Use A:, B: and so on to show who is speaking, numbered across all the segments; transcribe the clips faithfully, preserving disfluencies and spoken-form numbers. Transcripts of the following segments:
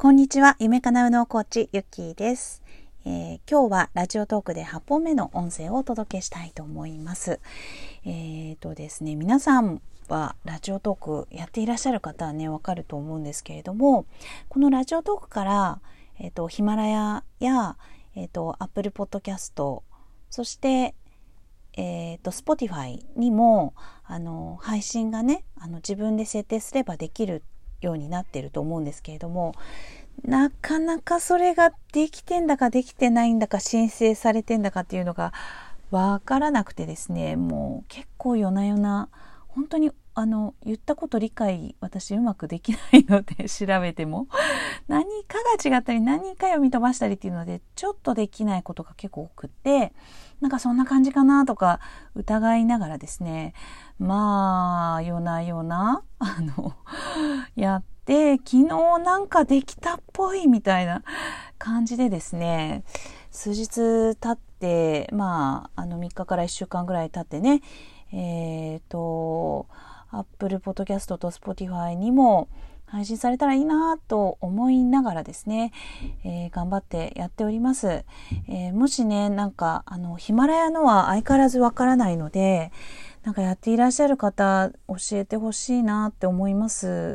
A: こんにちは。夢かなうのコーチゆきです、えー、今日はラジオトークではっぽんめの音声をお届けしたいと思います。えーとですね、皆さんはラジオトークやっていらっしゃる方はね、わかると思うんですけれども、このラジオトークから、えーと、ヒマラヤや、えーと、Apple Podcast、そして、えーと、Spotify にもあの配信がね、あの自分で設定すればできるようになっていると思うんですけれども、なかなかそれができてんだかできてないんだか申請されてんだかっていうのがわからなくてですね、もう結構夜な夜な本当にあの言ったこと理解私うまくできないので調べても何かが違ったり何か読み飛ばしたりっていうのでちょっとできないことが結構多くって、なんかそんな感じかなとか疑いながらですね、まあ夜な夜なあのやって昨日なんかできたっぽいみたいな感じでですね、数日経ってまああのみっかからいっしゅうかんぐらい経ってね、えっとApple Podcast と Spotify にも配信されたらいいなと思いながらですね、えー、頑張ってやっております。えー、もしね、なんかあのヒマラヤのは相変わらずわからないので、なんかやっていらっしゃる方教えてほしいなって思います。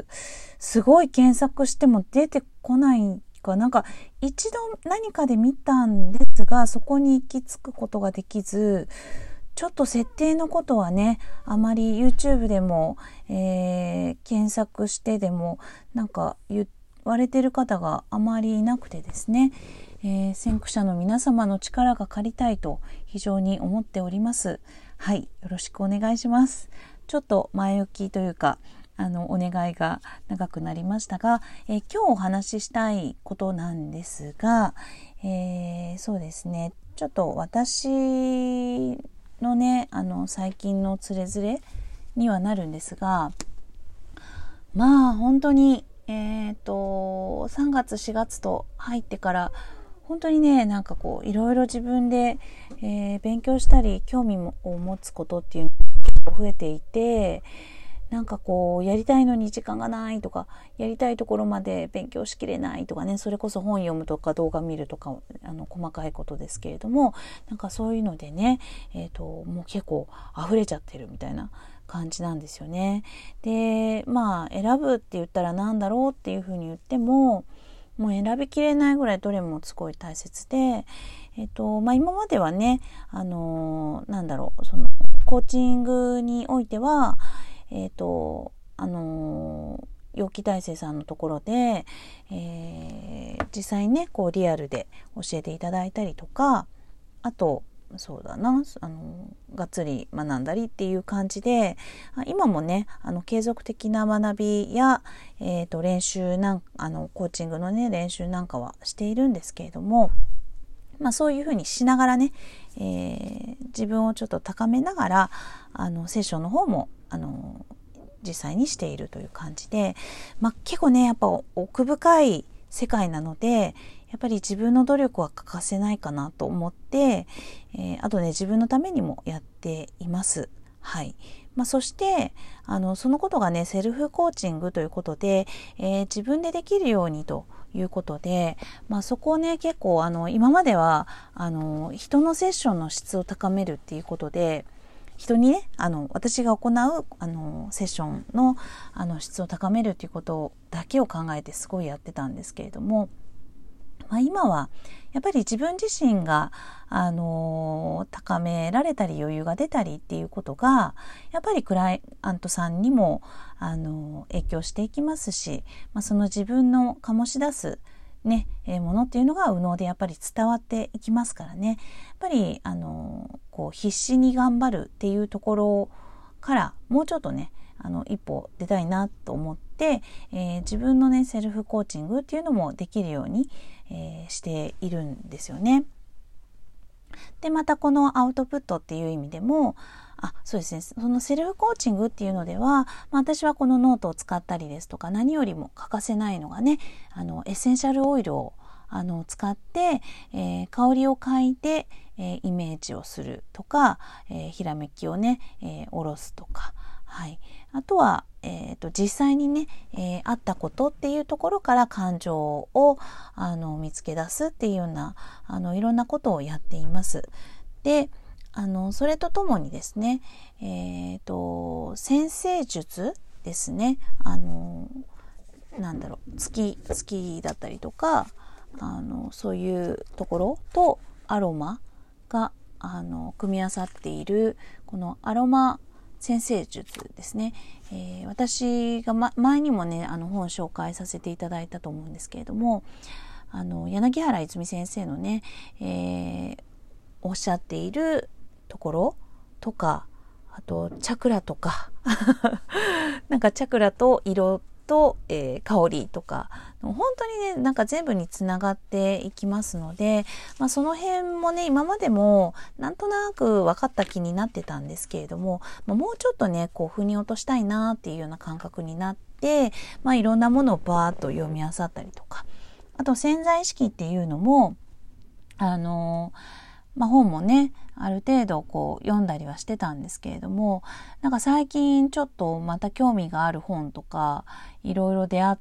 A: すごい検索しても出てこないか、なんか一度何かで見たんですが、そこに行き着くことができず、ちょっと設定のことはね、あまり YouTube でも、えー、検索してでもなんか言われてる方があまりいなくてですね、えー、先駆者の皆様の力が借りたいと非常に思っております。はい、よろしくお願いします。ちょっと前置きというかあのお願いが長くなりましたが、えー、今日お話ししたいことなんですが、えー、そうですね、ちょっと私のね、あの最近のつれづれにはなるんですが、まあ本当にえっとさんがつしがつと入ってから本当にね、なんかこういろいろ自分で、えー、勉強したり興味を持つことっていうのが結構増えていて、なんかこうやりたいのに時間がないとか、やりたいところまで勉強しきれないとかね、それこそ本読むとか動画見るとか、あの細かいことですけれども、なんかそういうのでね、えーと、もう結構溢れちゃってるみたいな感じなんですよね。で、まあ選ぶって言ったらなんだろうっていうふうに言っても、もう選びきれないぐらいどれもすごい大切で、えーとまあ、今まではね、あのー、なんだろう、そのコーチングにおいてはえーとあのー、陽気大生さんのところで、えー、実際ねこうリアルで教えていただいたりとか、あとそうだな、あのがっつり学んだりっていう感じで、今もねあの継続的な学びや、えーと練習なんあのコーチングのね練習なんかはしているんですけれども、まあ、そういうふうにしながらね、えー、自分をちょっと高めながらあのセッションの方もあの実際にしているという感じで、まあ、結構ねやっぱ奥深い世界なので、やっぱり自分の努力は欠かせないかなと思って、えー、あとね自分のためにもやっています。はい。まあ、そしてあのそのことがねセルフコーチングということで、えー、自分でできるようにということで、まあ、そこをね結構あの今まではあの人のセッションの質を高めるっていうことで、人にねあの私が行うあのセッションのあの質を高めるっていうことだけを考えてすごいやってたんですけれども、まあ、今はやっぱり自分自身が、あのー、高められたり余裕が出たりっていうことがやっぱりクライアントさんにも、あのー、影響していきますし、まあ、その自分の醸し出すね、えー、ものっていうのが右脳でやっぱり伝わっていきますからね、やっぱり、あのー、こう必死に頑張るっていうところからもうちょっとねあの一歩出たいなと思って、えー、自分のねセルフコーチングっていうのもできるように、えー、しているんですよね。でまたこのアウトプットっていう意味でも、あそうですね、そのセルフコーチングっていうのでは、まあ、私はこのノートを使ったりですとか、何よりも欠かせないのがねあのエッセンシャルオイルをあの使って、えー、香りを嗅いで、えー、イメージをするとか、えー、ひらめきをね、えー、下ろすとか、はい、あとはえーと、実際にね、えー、あったことっていうところから感情をあの見つけ出すっていうようなあのいろんなことをやっています。で、あのそれとともにですね、えーと、占星術ですね、あのなんだろう、月月だったりとか、あのそういうところとアロマがあの組み合わさっているこのアロマ占星術ですね、えー、私が、ま、前にもねあの本を紹介させていただいたと思うんですけれども、あの柳原泉先生のね、えー、おっしゃっているところとか、あとチャクラとかなんかチャクラと色と、えー、香りとか本当にねなんか全部につながっていきますので、まあ、その辺もね今までもなんとなく分かった気になってたんですけれども、まあ、もうちょっとねこう腑に落としたいなっていうような感覚になって、まあ、いろんなものをバーッと読み漁ったりとか、あと潜在意識っていうのもあのまあ、本もねある程度こう読んだりはしてたんですけれども、なんか最近ちょっとまた興味がある本とかいろいろ出会って、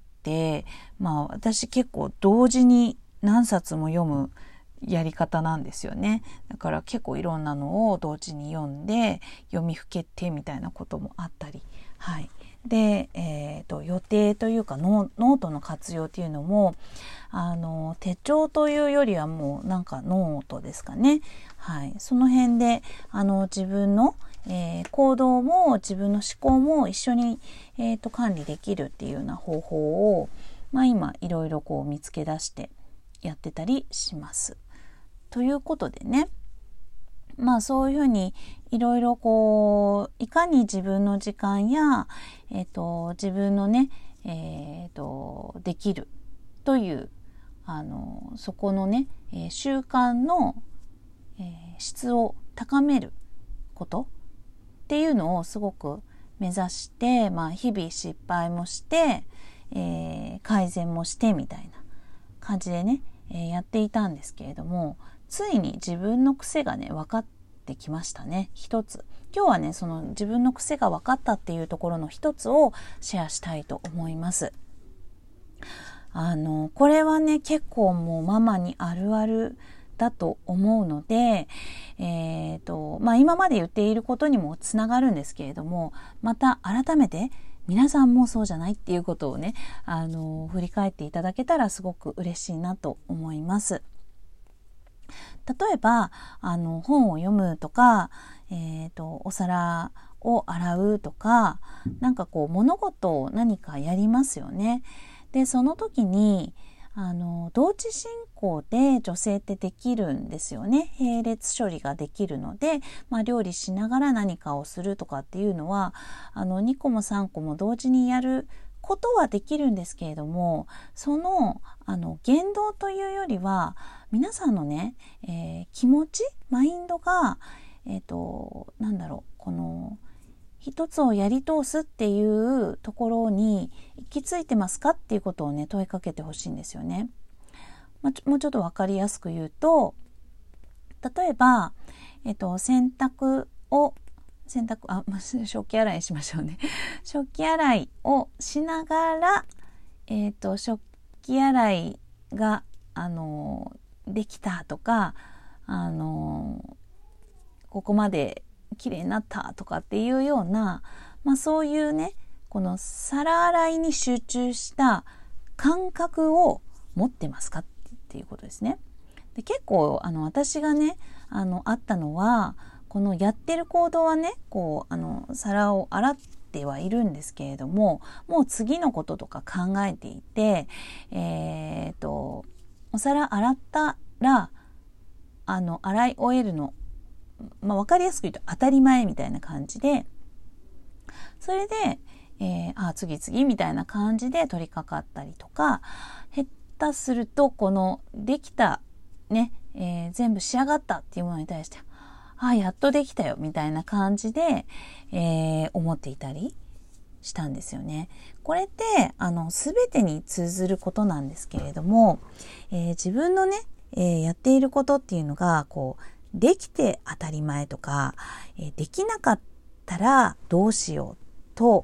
A: まあ私結構同時に何冊も読むやり方なんですよね。だから結構いろんなのを同時に読んで読みふけてみたいなこともあったり、はい。で、えーと、予定というかノートの活用っていうのもあの手帳というよりはもうなんかノートですかね。はい、その辺であの自分の、えー、行動も自分の思考も一緒に、えーと、管理できるっていうような方法を、まあ、今いろいろこう見つけ出してやってたりします。ということでね、まあそういうふうにいろいろこういかに自分の時間や、えーと、自分のね、えーと、できるというあのそこのね、えー、習慣の、えー、質を高めることっていうのをすごく目指して、まあ、日々失敗もして、えー、改善もしてみたいな感じでね、えー、やっていたんですけれども、ついに自分の癖がね分かってきましたね。一つ今日はねその自分の癖が分かったっていうところの一つをシェアしたいと思います。あのこれはね結構もうママにあるあるだと思うので、えーとまあ、今まで言っていることにもつながるんですけれども、また改めて皆さんもそうじゃないっていうことをねあの振り返っていただけたらすごく嬉しいなと思います。例えばあの本を読むとか、えーと、お皿を洗うとか、なんかこう物事を何かやりますよね。でその時にあの同時進行で女性ってできるんですよね。並列処理ができるので、まあ、料理しながら何かをするとかっていうのはあのにこもさんこも同時にやることはできるんですけれども、そのあの言動というよりは皆さんのね、えー、気持ちマインドが、えーと、なんだろうこの一つをやり通すっていうところに行き着いてますかっていうことをね問いかけてほしいんですよね。まあ、もうちょっと分かりやすく言うと、例えば、えーと、洗濯を洗濯あ、まあ、食器洗いしましょうね食器洗いをしながら、えーと、食器洗いがあのできたとか、あのここまで綺麗になったとかっていうような、まあ、そういうねこの皿洗いに集中した感覚を持ってますかっていうことですね。で結構あの私がねあのあったのは、このやってる行動はねこうあの皿を洗ってはいるんですけれども、もう次のこととか考えていて、えーとお皿洗ったらあの洗い終えるの、まあ、分かりやすく言うと当たり前みたいな感じで、それで、えー、あ次々みたいな感じで取り掛かったりとか、下手するとこのできたね、えー、全部仕上がったっていうものに対してあやっとできたよみたいな感じで、えー、思っていたりしたんですよね。これってあの全てに通ずることなんですけれども、えー、自分のね、えー、やっていることっていうのがこうできて当たり前とか、えー、できなかったらどうしようと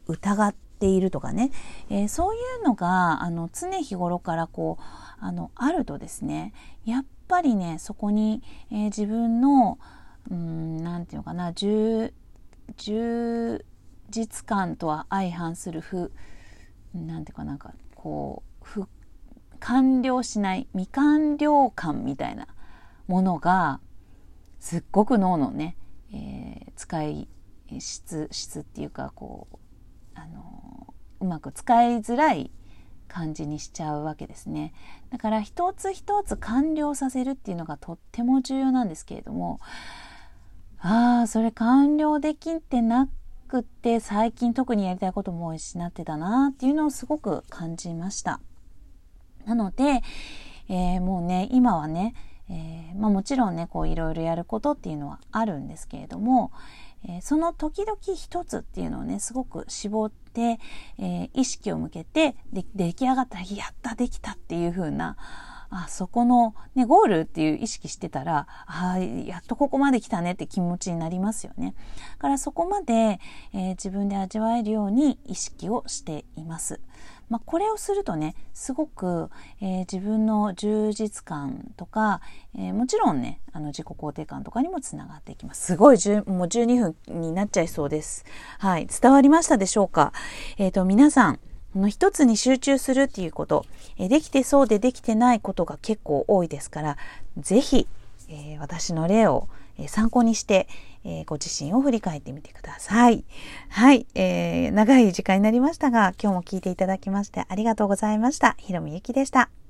A: 疑っているとかね、えー、そういうのがあの常日頃からこうあのあるとですね、やっぱりねそこに、えー、自分のうーんなんていうのかな充実感とは相反する不なんていうかなんかこう不完了しない未完了感みたいなものがすっごく脳のね、えー、使い質質っていうかこうあのうまく使いづらい感じにしちゃうわけですね。だから一つ一つ完了させるっていうのがとっても重要なんですけれども、ああそれ完了できてなくって最近特にやりたいことも失ってたなっていうのをすごく感じました。なので、えー、もうね今はね、えーまあ、もちろんねこういろいろやることっていうのはあるんですけれども、えー、その時々一つっていうのをねすごく絞って、えー、意識を向けてで出来上がったらやったできたっていう風なあそこの、ね、ゴールっていう意識してたらあやっとここまで来たねって気持ちになりますよね。だからそこまで、えー、自分で味わえるように意識をしています。まあ、これをするとねすごく、えー、自分の充実感とか、えー、もちろんねあの自己肯定感とかにもつながっていきます。すごいもうじゅうにふんになっちゃいそうです。はい、伝わりましたでしょうか。えーと、皆さんこの一つに集中するっていうこと、えー、できてそうでできてないことが結構多いですから、ぜひ、えー、私の例を参考にして、えー、ご自身を振り返ってみてください。はい、えー、長い時間になりましたが、今日も聞いていただきましてありがとうございました。ひろみゆきでした。